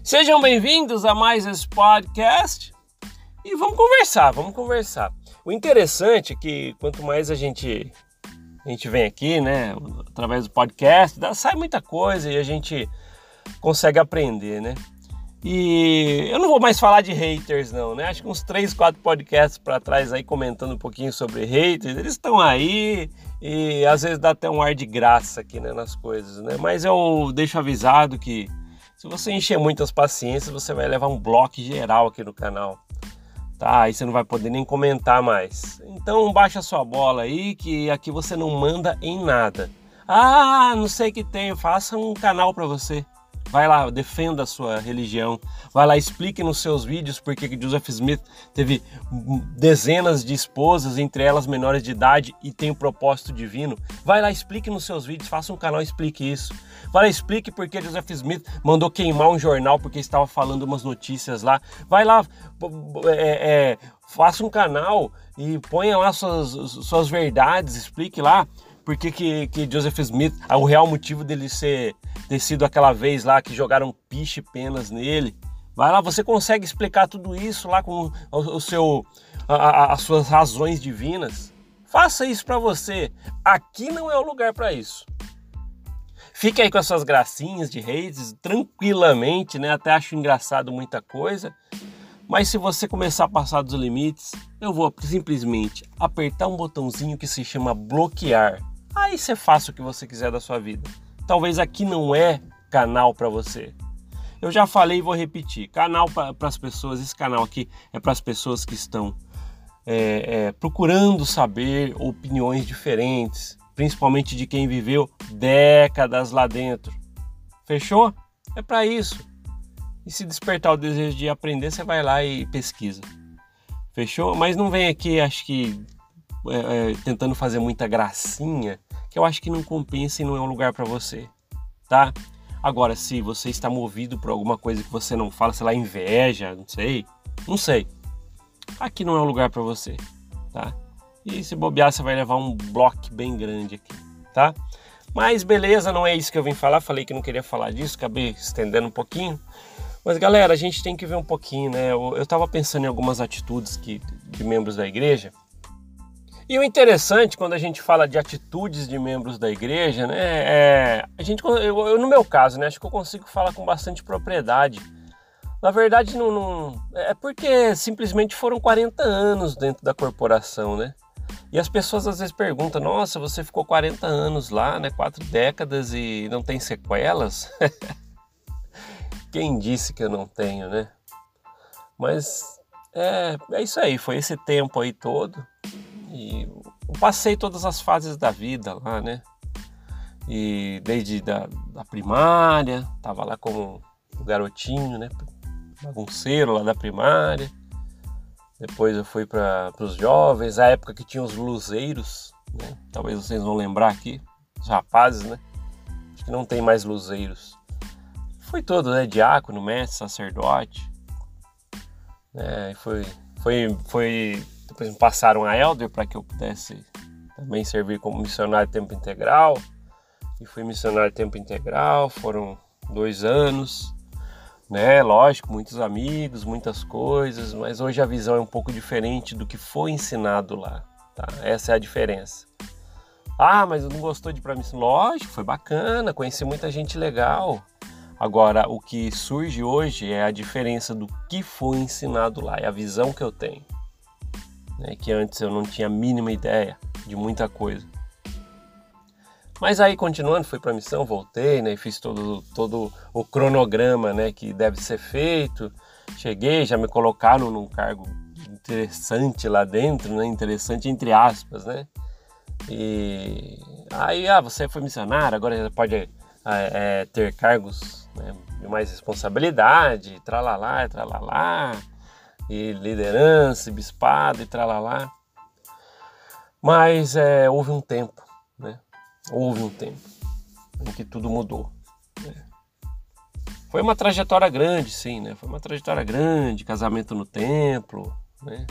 Sejam bem-vindos a mais esse podcast e vamos conversar. O interessante é que quanto mais a gente vem aqui, né, através do podcast, sai muita coisa e a gente consegue aprender, né? E eu não vou mais falar de haters não, né? Acho que uns 3, 4 podcasts para trás aí comentando um pouquinho sobre haters, eles estão aí e às vezes dá até um ar de graça aqui, né, nas coisas, né? Mas eu deixo avisado que se você encher muitas paciências, você vai levar um bloco geral aqui no canal, tá? Aí você não vai poder nem comentar mais. Então baixa sua bola aí, que aqui você não manda em nada. Ah, não sei o que tem, faça um canal para você. Vai lá, defenda a sua religião. Vai lá, explique nos seus vídeos porque que Joseph Smith teve dezenas de esposas, entre elas menores de idade, e tem um propósito divino. Vai lá, explique nos seus vídeos, faça um canal e explique isso. Vai lá, explique porque Joseph Smith mandou queimar um jornal porque estava falando umas notícias lá. Vai lá, faça um canal e ponha lá suas verdades, explique lá porque que Joseph Smith, o real motivo dele ter sido aquela vez lá que jogaram piche penas nele. Vai lá, você consegue explicar tudo isso lá com as suas razões divinas. Faça isso para você. Aqui não é o lugar para isso. Fique aí com as suas gracinhas de haters, tranquilamente, né? Até acho engraçado muita coisa. Mas se você começar a passar dos limites, eu vou simplesmente apertar um botãozinho que se chama bloquear. Aí você faça o que você quiser da sua vida. Talvez aqui não é canal para você. Eu já falei e vou repetir. Canal para as pessoas, esse canal aqui é para as pessoas que estão procurando saber opiniões diferentes, principalmente de quem viveu décadas lá dentro. Fechou? É para isso. E se despertar o desejo de aprender, você vai lá e pesquisa. Fechou? Mas não vem aqui, acho que tentando fazer muita gracinha, que eu acho que não compensa e não é um lugar para você, tá? Agora, se você está movido por alguma coisa que você não fala, sei lá, inveja, não sei, aqui não é um lugar para você, tá? E se bobear, você vai levar um bloco bem grande aqui, tá? Mas beleza, não é isso que eu vim falar, falei que não queria falar disso, acabei estendendo um pouquinho. Mas galera, a gente tem que ver um pouquinho, né? Eu estava pensando em algumas atitudes de membros da igreja. E o interessante, quando a gente fala de atitudes de membros da igreja, né, eu no meu caso, né, acho que eu consigo falar com bastante propriedade. Na verdade, não é porque simplesmente foram 40 anos dentro da corporação, né? E as pessoas às vezes perguntam, nossa, você ficou 40 anos lá, né, 4 décadas e não tem sequelas? Quem disse que eu não tenho, né? Mas é isso aí, foi esse tempo aí todo. E eu passei todas as fases da vida lá, né? E desde da primária, tava lá como um garotinho, né? Bagunceiro lá da primária. Depois eu fui para os jovens, a época que tinha os luzeiros, né? Talvez vocês vão lembrar aqui, os rapazes, né? Acho que não tem mais luzeiros. Foi todo, né? Diácono, mestre, sacerdote. Depois me passaram a elder para que eu pudesse também servir como missionário de tempo integral. E fui missionário de tempo integral, foram 2 anos, né? Lógico, muitos amigos, muitas coisas, mas hoje a visão é um pouco diferente do que foi ensinado lá, tá? Essa é a diferença. Ah, mas eu não gostou de ir para missão? Lógico, foi bacana, conheci muita gente legal. Agora, o que surge hoje é a diferença do que foi ensinado lá, é a visão que eu tenho. Que antes eu não tinha a mínima ideia de muita coisa. Mas aí, continuando, fui para a missão, voltei, né, e fiz todo o cronograma, né, que deve ser feito. Cheguei, já me colocaram num cargo interessante lá dentro, né, interessante entre aspas, né. E aí, você foi missionário, agora já pode ter cargos, né, de mais responsabilidade, tralalá, e liderança, e bispado e tralalá. Mas houve um tempo, né? Em que tudo mudou. Né? Foi uma trajetória grande, sim, né? Foi uma trajetória grande, casamento no templo, né?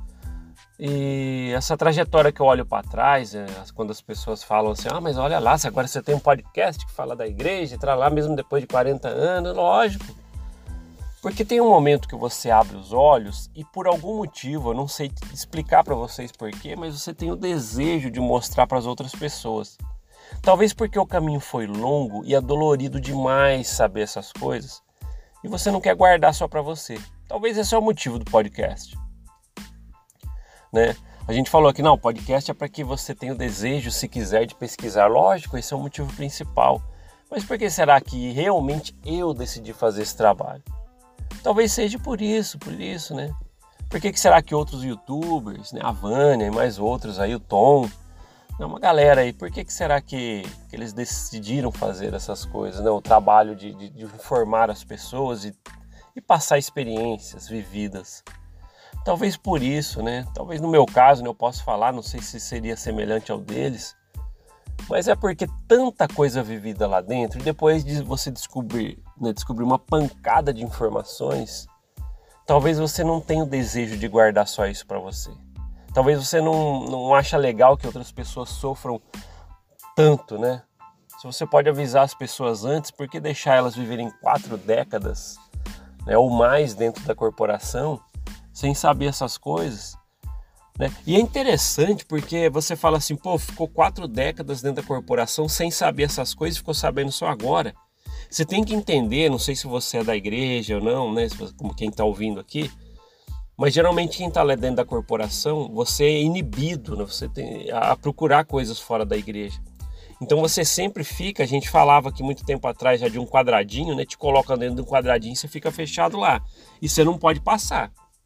E essa trajetória que eu olho para trás, quando as pessoas falam assim, mas olha lá, agora você tem um podcast que fala da igreja, tralalá, mesmo depois de 40 anos, lógico. Porque tem um momento que você abre os olhos e por algum motivo, eu não sei explicar para vocês porquê, mas você tem o desejo de mostrar para as outras pessoas. Talvez porque o caminho foi longo e é dolorido demais saber essas coisas e você não quer guardar só para você. Talvez esse é o motivo do podcast, né? A gente falou aqui, não, o podcast é para que você tenha o desejo, se quiser, de pesquisar. Lógico, esse é o motivo principal. Mas por que será que realmente eu decidi fazer esse trabalho? Talvez seja por isso, né? Por que será que outros youtubers, né, a Vânia e mais outros aí, o Tom, uma galera aí, por que será que eles decidiram fazer essas coisas, né? O trabalho de informar as pessoas e passar experiências vividas. Talvez por isso, né? Talvez no meu caso, né, eu posso falar, não sei se seria semelhante ao deles, mas é porque tanta coisa vivida lá dentro, e depois de você descobrir uma pancada de informações, talvez você não tenha o desejo de guardar só isso para você. Talvez você não ache legal que outras pessoas sofram tanto, né? Se você pode avisar as pessoas antes, por que deixar elas viverem 4 décadas, né, ou mais dentro da corporação, sem saber essas coisas, né? E é interessante porque você fala assim, pô, ficou 4 décadas dentro da corporação sem saber essas coisas e ficou sabendo só agora. Você tem que entender, não sei se você é da igreja ou não, né, como quem está ouvindo aqui, mas geralmente quem está lá dentro da corporação, você é inibido, né? Você tem a procurar coisas fora da igreja. Então você sempre fica, a gente falava aqui muito tempo atrás já de um quadradinho, né? Te coloca dentro de um quadradinho e você fica fechado lá. E você não pode passar.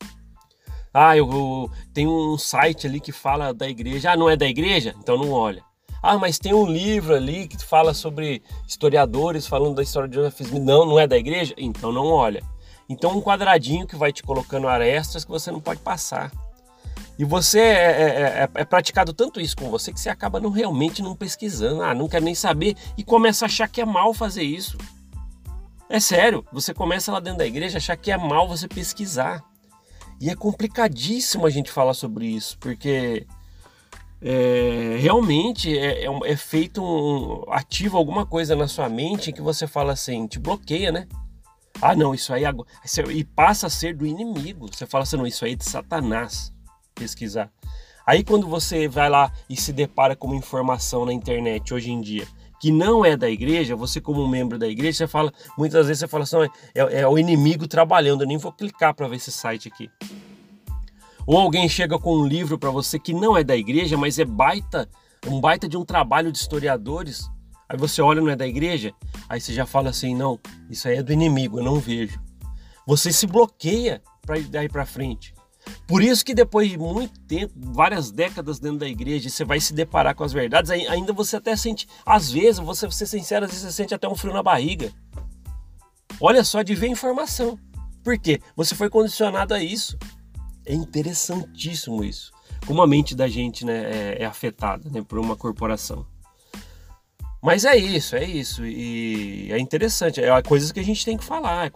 Eu tenho um site ali que fala da igreja. Ah, não é da igreja? Então não olha. Ah, mas tem um livro ali que fala sobre historiadores falando da história de Joseph Smith. Não é da igreja? Então não olha. Então um quadradinho que vai te colocando arestas que você não pode passar. E você é praticado tanto isso com você que você acaba realmente não pesquisando. Não quero nem saber e começa a achar que é mal fazer isso. É sério, você começa lá dentro da igreja a achar que é mal você pesquisar. E é complicadíssimo a gente falar sobre isso, porque realmente é feito ativo alguma coisa na sua mente que você fala assim, te bloqueia, né? Não, isso aí agora... E passa a ser do inimigo. Você fala assim, não, isso aí é de Satanás, pesquisar. Aí quando você vai lá e se depara com uma informação na internet hoje em dia, que não é da igreja, você como membro da igreja, você fala, muitas vezes você fala assim, é o inimigo trabalhando, eu nem vou clicar para ver esse site aqui. Ou alguém chega com um livro para você que não é da igreja, mas é um baita de um trabalho de historiadores, aí você olha, não é da igreja, aí você já fala assim, não, isso aí é do inimigo, eu não vejo. Você se bloqueia para ir daí para frente. Por isso que depois de muito tempo, várias décadas dentro da igreja, você vai se deparar com as verdades, ainda você até sente, às vezes, você ser sincero, às vezes você sente até um frio na barriga. Olha só, de ver informação. Por quê? Você foi condicionado a isso. É interessantíssimo isso. Como a mente da gente, né, é afetada, né, por uma corporação. Mas é isso. E é interessante. É coisas que a gente tem que falar,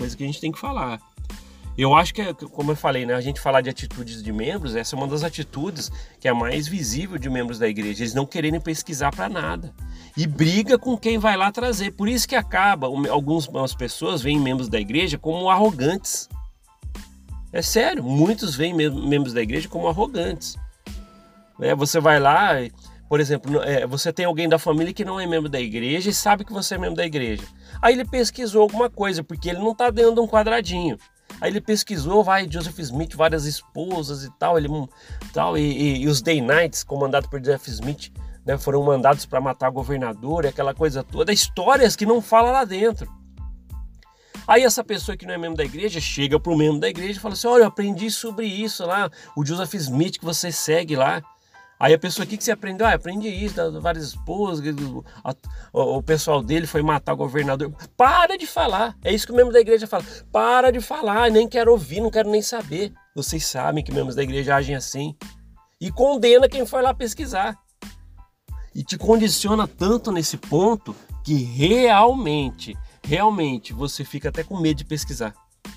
Eu acho que, como eu falei, né, a gente falar de atitudes de membros, essa é uma das atitudes que é mais visível de membros da igreja. Eles não quererem pesquisar para nada. E briga com quem vai lá trazer. Por isso que acaba, algumas pessoas veem membros da igreja como arrogantes. É sério, muitos veem membros da igreja como arrogantes. Você vai lá, por exemplo, você tem alguém da família que não é membro da igreja e sabe que você é membro da igreja. Aí ele pesquisou alguma coisa, porque ele não está dentro de um quadradinho. Aí ele pesquisou, Joseph Smith, várias esposas e tal, e os Day Knights, comandados por Joseph Smith, né, foram mandados para matar governador, aquela coisa toda, histórias que não fala lá dentro. Aí essa pessoa que não é membro da igreja chega para o membro da igreja e fala assim, olha, eu aprendi sobre isso lá, o Joseph Smith que você segue lá. Aí a pessoa, o que você aprendeu? Aprendi isso, várias esposas, o pessoal dele foi matar o governador. Para de falar, é isso que o membro da igreja fala. Para de falar, nem quero ouvir, não quero nem saber. Vocês sabem que membros da igreja agem assim. E condena quem foi lá pesquisar. E te condiciona tanto nesse ponto que realmente você fica até com medo de pesquisar.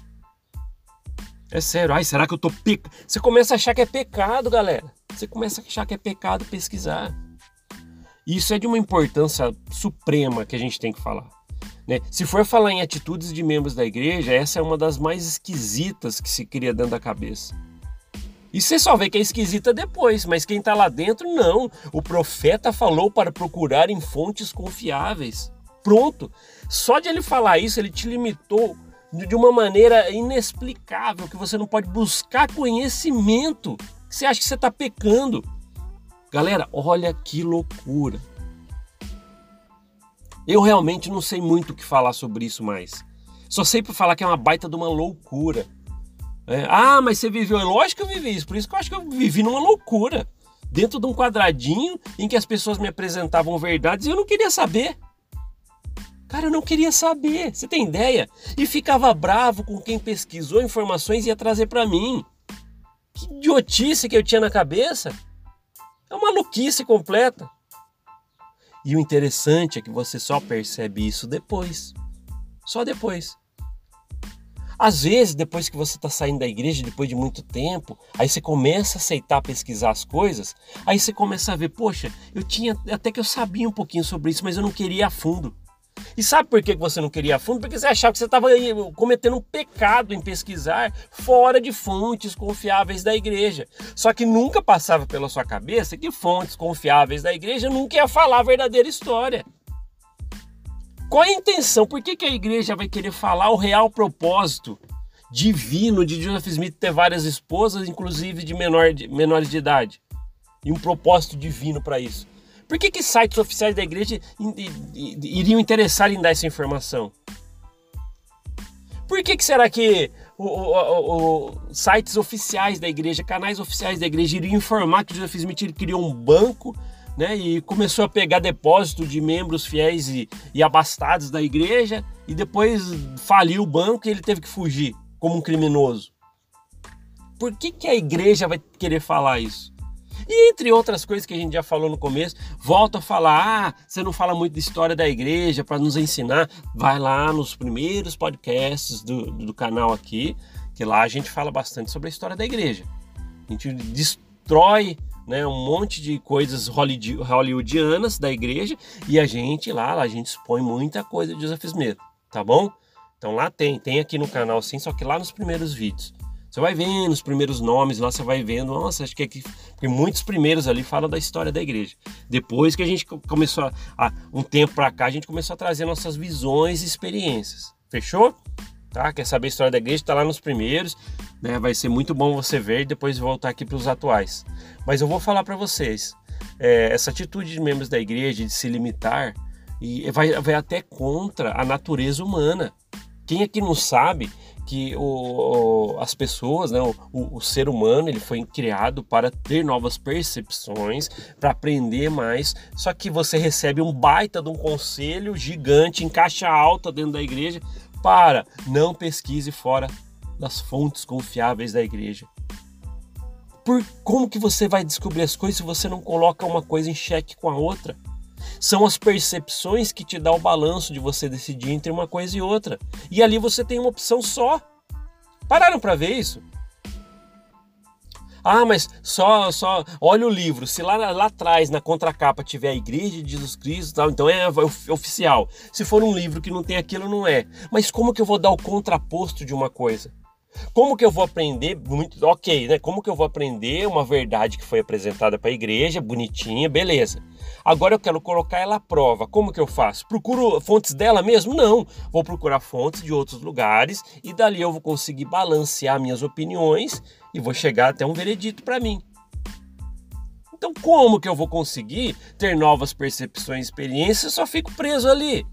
É sério, será que eu tô pecando? Você começa a achar que é pecado, galera. Você começa a achar que é pecado pesquisar. Isso é de uma importância suprema que a gente tem que falar. né? Se for falar em atitudes de membros da igreja, essa é uma das mais esquisitas que se cria dentro da cabeça. E você só vê que é esquisita depois, mas quem está lá dentro, não. O profeta falou para procurar em fontes confiáveis. Pronto. Só de ele falar isso, ele te limitou de uma maneira inexplicável, que você não pode buscar conhecimento. Você acha que você está pecando. Galera, olha que loucura. Eu realmente não sei muito o que falar sobre isso mais. Só sei para falar que é uma baita de uma loucura. Mas você viveu? Lógico que eu vivi isso, por isso que eu acho que eu vivi numa loucura. Dentro de um quadradinho em que as pessoas me apresentavam verdades e eu não queria saber. Cara, eu não queria saber, você tem ideia? E ficava bravo com quem pesquisou informações e ia trazer para mim. Que idiotice que eu tinha na cabeça. É uma maluquice completa. E o interessante é que você só percebe isso depois. Só depois. Às vezes, depois que você está saindo da igreja, depois de muito tempo, aí você começa a aceitar pesquisar as coisas, aí você começa a ver, poxa, até que eu sabia um pouquinho sobre isso, mas eu não queria ir a fundo. E sabe por que você não queria ir a fundo? Porque você achava que você estava cometendo um pecado em pesquisar fora de fontes confiáveis da igreja. Só que nunca passava pela sua cabeça que fontes confiáveis da igreja nunca ia falar a verdadeira história. Qual é a intenção? Por que a igreja vai querer falar o real propósito divino de Joseph Smith ter várias esposas, inclusive de menores de idade? E um propósito divino para isso? Por que sites oficiais da igreja iriam interessar em dar essa informação? Por que será que sites oficiais da igreja, canais oficiais da igreja iriam informar que Joseph Smith criou um banco, né, e começou a pegar depósito de membros fiéis e abastados da igreja e depois faliu o banco e ele teve que fugir como um criminoso? Por que a igreja vai querer falar isso? E entre outras coisas que a gente já falou no começo, volto a falar, você não fala muito de história da igreja para nos ensinar, vai lá nos primeiros podcasts do canal aqui, que lá a gente fala bastante sobre a história da igreja. A gente destrói, né, um monte de coisas hollywoodianas da igreja e a gente expõe muita coisa de Joseph Smith, tá bom? Então lá tem aqui no canal sim, só que lá nos primeiros vídeos. Você vai vendo os primeiros nomes lá, você vai vendo, nossa, acho que aqui, porque muitos primeiros ali falam da história da igreja. Depois que a gente começou, um tempo pra cá, a gente começou a trazer nossas visões e experiências. Fechou? Tá? Quer saber a história da igreja? Tá lá nos primeiros, né? Vai ser muito bom você ver e depois voltar aqui para os atuais. Mas eu vou falar para vocês, essa atitude de membros da igreja de se limitar e vai até contra a natureza humana. Quem aqui não sabe que as pessoas, né, o ser humano, ele foi criado para ter novas percepções, para aprender mais, só que você recebe um baita de um conselho gigante em caixa alta dentro da igreja para não pesquise fora das fontes confiáveis da igreja. Como que você vai descobrir as coisas se você não coloca uma coisa em xeque com a outra? São as percepções que te dão o balanço de você decidir entre uma coisa e outra. E ali você tem uma opção só. Pararam para ver isso? Mas só olha o livro. Se lá atrás, na contracapa, tiver a Igreja de Jesus Cristo, tal, então é oficial. Se for um livro que não tem aquilo, não é. Mas como que eu vou dar o contraposto de uma coisa? Como que eu vou aprender, né? Como que eu vou aprender uma verdade que foi apresentada para a igreja, bonitinha, beleza. Agora eu quero colocar ela à prova. Como que eu faço? Procuro fontes dela mesmo? Não. Vou procurar fontes de outros lugares e dali eu vou conseguir balancear minhas opiniões e vou chegar até um veredito para mim. Então como que eu vou conseguir ter novas percepções e experiências se eu só fico preso ali?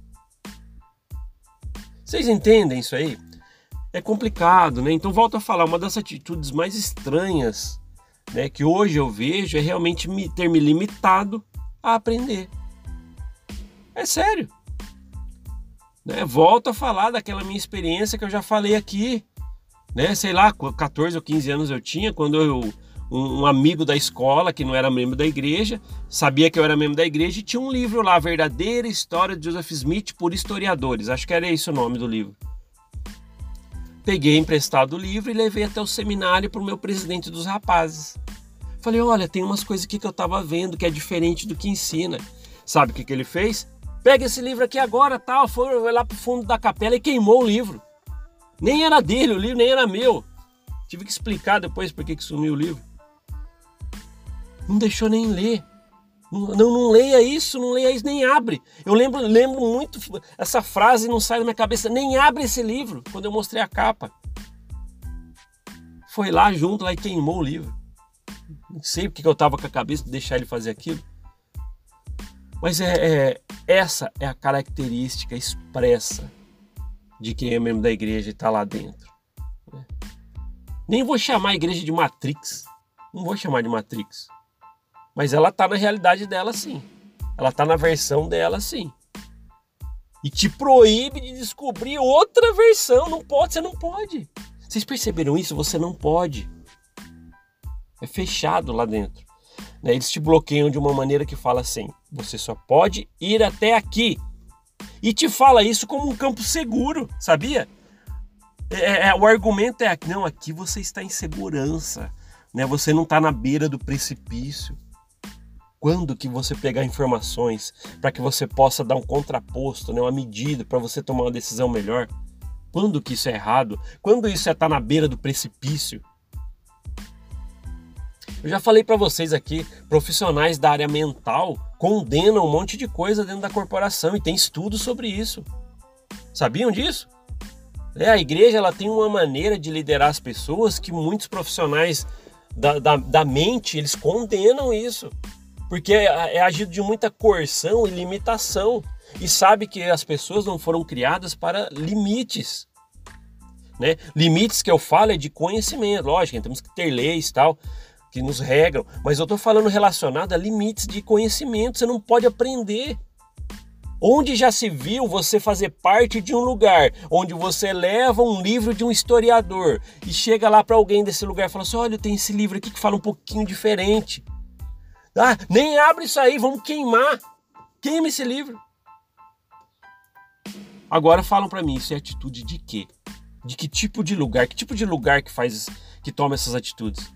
Vocês entendem isso aí? É complicado, né? Então volto a falar, uma das atitudes mais estranhas, né, que hoje eu vejo é realmente ter me limitado a aprender. É sério. Né? Volto a falar daquela minha experiência que eu já falei aqui, né? Sei lá, 14 ou 15 anos eu tinha, quando um amigo da escola, que não era membro da igreja, sabia que eu era membro da igreja e tinha um livro lá, A Verdadeira História de Joseph Smith por Historiadores. Acho que era esse o nome do livro. Peguei emprestado o livro e levei até o seminário para o meu presidente dos rapazes. Falei, olha, tem umas coisas aqui que eu estava vendo que é diferente do que ensina. Sabe o que ele fez? Pega esse livro aqui agora, tal. Foi lá pro fundo da capela e queimou o livro. Nem era dele o livro, nem era meu. Tive que explicar depois por que sumiu o livro. Não deixou nem ler. Não leia isso, nem abre. Eu lembro muito, essa frase não sai da minha cabeça, nem abre esse livro, quando eu mostrei a capa. Foi lá junto lá e queimou o livro. Não sei porque eu estava com a cabeça de deixar ele fazer aquilo. Mas essa é a característica expressa de quem é membro da igreja e está lá dentro. Nem vou chamar a igreja de Matrix. Não vou chamar de Matrix. Mas ela está na realidade dela, sim. Ela está na versão dela, sim. E te proíbe de descobrir outra versão. Não pode, você não pode. Vocês perceberam isso? Você não pode. É fechado lá dentro. Eles te bloqueiam de uma maneira que fala assim, você só pode ir até aqui. E te fala isso como um campo seguro, sabia? O argumento é, não, aqui você está em segurança. Você não está na beira do precipício. Quando que você pegar informações para que você possa dar um contraposto, uma medida para você tomar uma decisão melhor? Quando que isso é errado? Quando isso é estar na beira do precipício? Eu já falei para vocês aqui, profissionais da área mental condenam um monte de coisa dentro da corporação e tem estudos sobre isso. Sabiam disso? A igreja ela tem uma maneira de liderar as pessoas que muitos profissionais da mente eles condenam isso. Porque é agido de muita coerção e limitação. E sabe que as pessoas não foram criadas para limites. Limites que eu falo é de conhecimento. Lógico, temos que ter leis e tal, que nos regram. Mas eu estou falando relacionado a limites de conhecimento. Você não pode aprender. Onde já se viu você fazer parte de um lugar onde você leva um livro de um historiador e chega lá para alguém desse lugar e fala assim, olha, tem esse livro aqui que fala um pouquinho diferente. Nem abre isso aí, vamos queimar. Queima esse livro. Agora falam para mim, isso é atitude de quê? De que tipo de lugar? Que tipo de lugar que toma essas atitudes?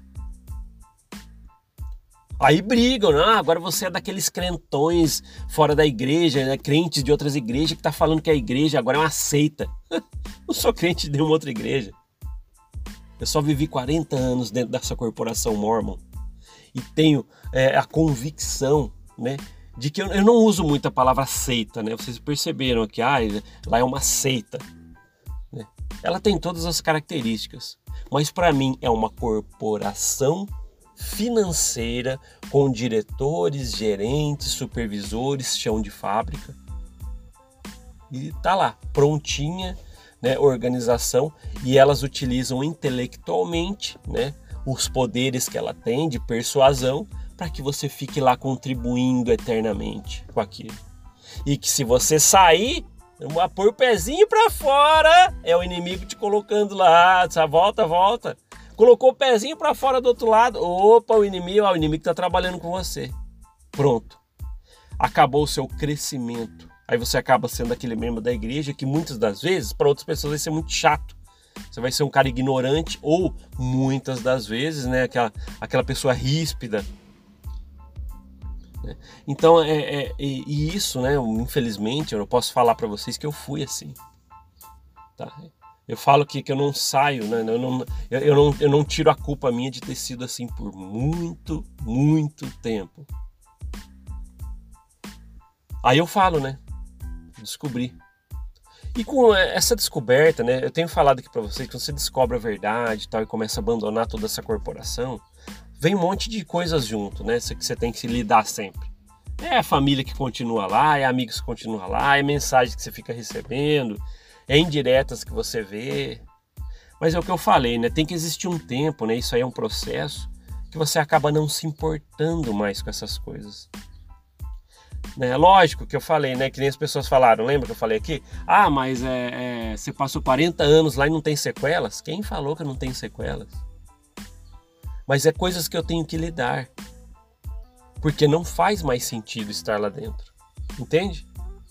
Aí brigam, agora você é daqueles crentões fora da igreja, crentes de outras igrejas que tá falando que a igreja agora é uma seita. Não sou crente de nenhuma outra igreja. Eu só vivi 40 anos dentro dessa corporação Mormon. E tenho a convicção, de que eu não uso muito a palavra seita, Vocês perceberam que lá é uma seita. Ela tem todas as características, mas para mim é uma corporação financeira com diretores, gerentes, supervisores, chão de fábrica. E tá lá, prontinha, organização, e elas utilizam intelectualmente, os poderes que ela tem de persuasão para que você fique lá contribuindo eternamente com aquilo. E que se você sair, pôr o pezinho para fora, é o inimigo te colocando lá, volta. Colocou o pezinho para fora do outro lado, opa, o inimigo está trabalhando com você. Pronto. Acabou o seu crescimento. Aí você acaba sendo aquele membro da igreja que muitas das vezes, para outras pessoas vai ser muito chato. Você vai ser um cara ignorante ou, muitas das vezes, aquela pessoa ríspida. Então, e isso, infelizmente, eu não posso falar para vocês que eu fui assim. Tá? Eu falo que eu não saio, eu não tiro a culpa minha de ter sido assim por muito, muito tempo. Aí eu falo, descobri. E com essa descoberta, eu tenho falado aqui para vocês, quando você descobre a verdade e tal, e começa a abandonar toda essa corporação, vem um monte de coisas junto, que você tem que se lidar sempre. É a família que continua lá, é amigos que continuam lá, é mensagens que você fica recebendo, é indiretas que você vê. Mas é o que eu falei, tem que existir um tempo, isso aí é um processo, que você acaba não se importando mais com essas coisas. Lógico que eu falei, que nem as pessoas falaram, lembra que eu falei aqui? Mas você passou 40 anos lá e não tem sequelas? Quem falou que não tem sequelas? Mas é coisas que eu tenho que lidar, porque não faz mais sentido estar lá dentro, entende?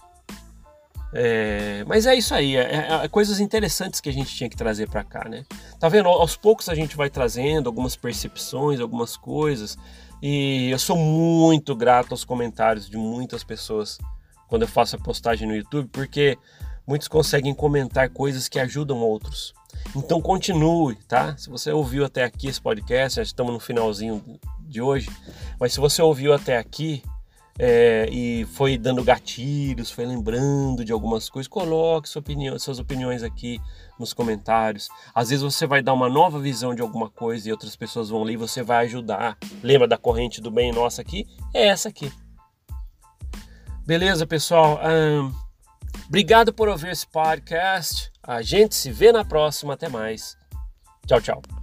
Mas é isso aí, é coisas interessantes que a gente tinha que trazer para cá, Tá vendo? Aos poucos a gente vai trazendo algumas percepções, algumas coisas, e eu sou muito grato aos comentários de muitas pessoas quando eu faço a postagem no YouTube, porque muitos conseguem comentar coisas que ajudam outros. Então continue, tá? Se você ouviu até aqui esse podcast, já estamos no finalzinho de hoje, mas se você ouviu até aqui e foi dando gatilhos, foi lembrando de algumas coisas, coloque suas opiniões aqui nos comentários. Às vezes você vai dar uma nova visão de alguma coisa e outras pessoas vão ler e você vai ajudar. Lembra da corrente do bem nossa aqui? É essa aqui. Beleza, pessoal? Obrigado por ouvir esse podcast. A gente se vê na próxima. Até mais. Tchau, tchau.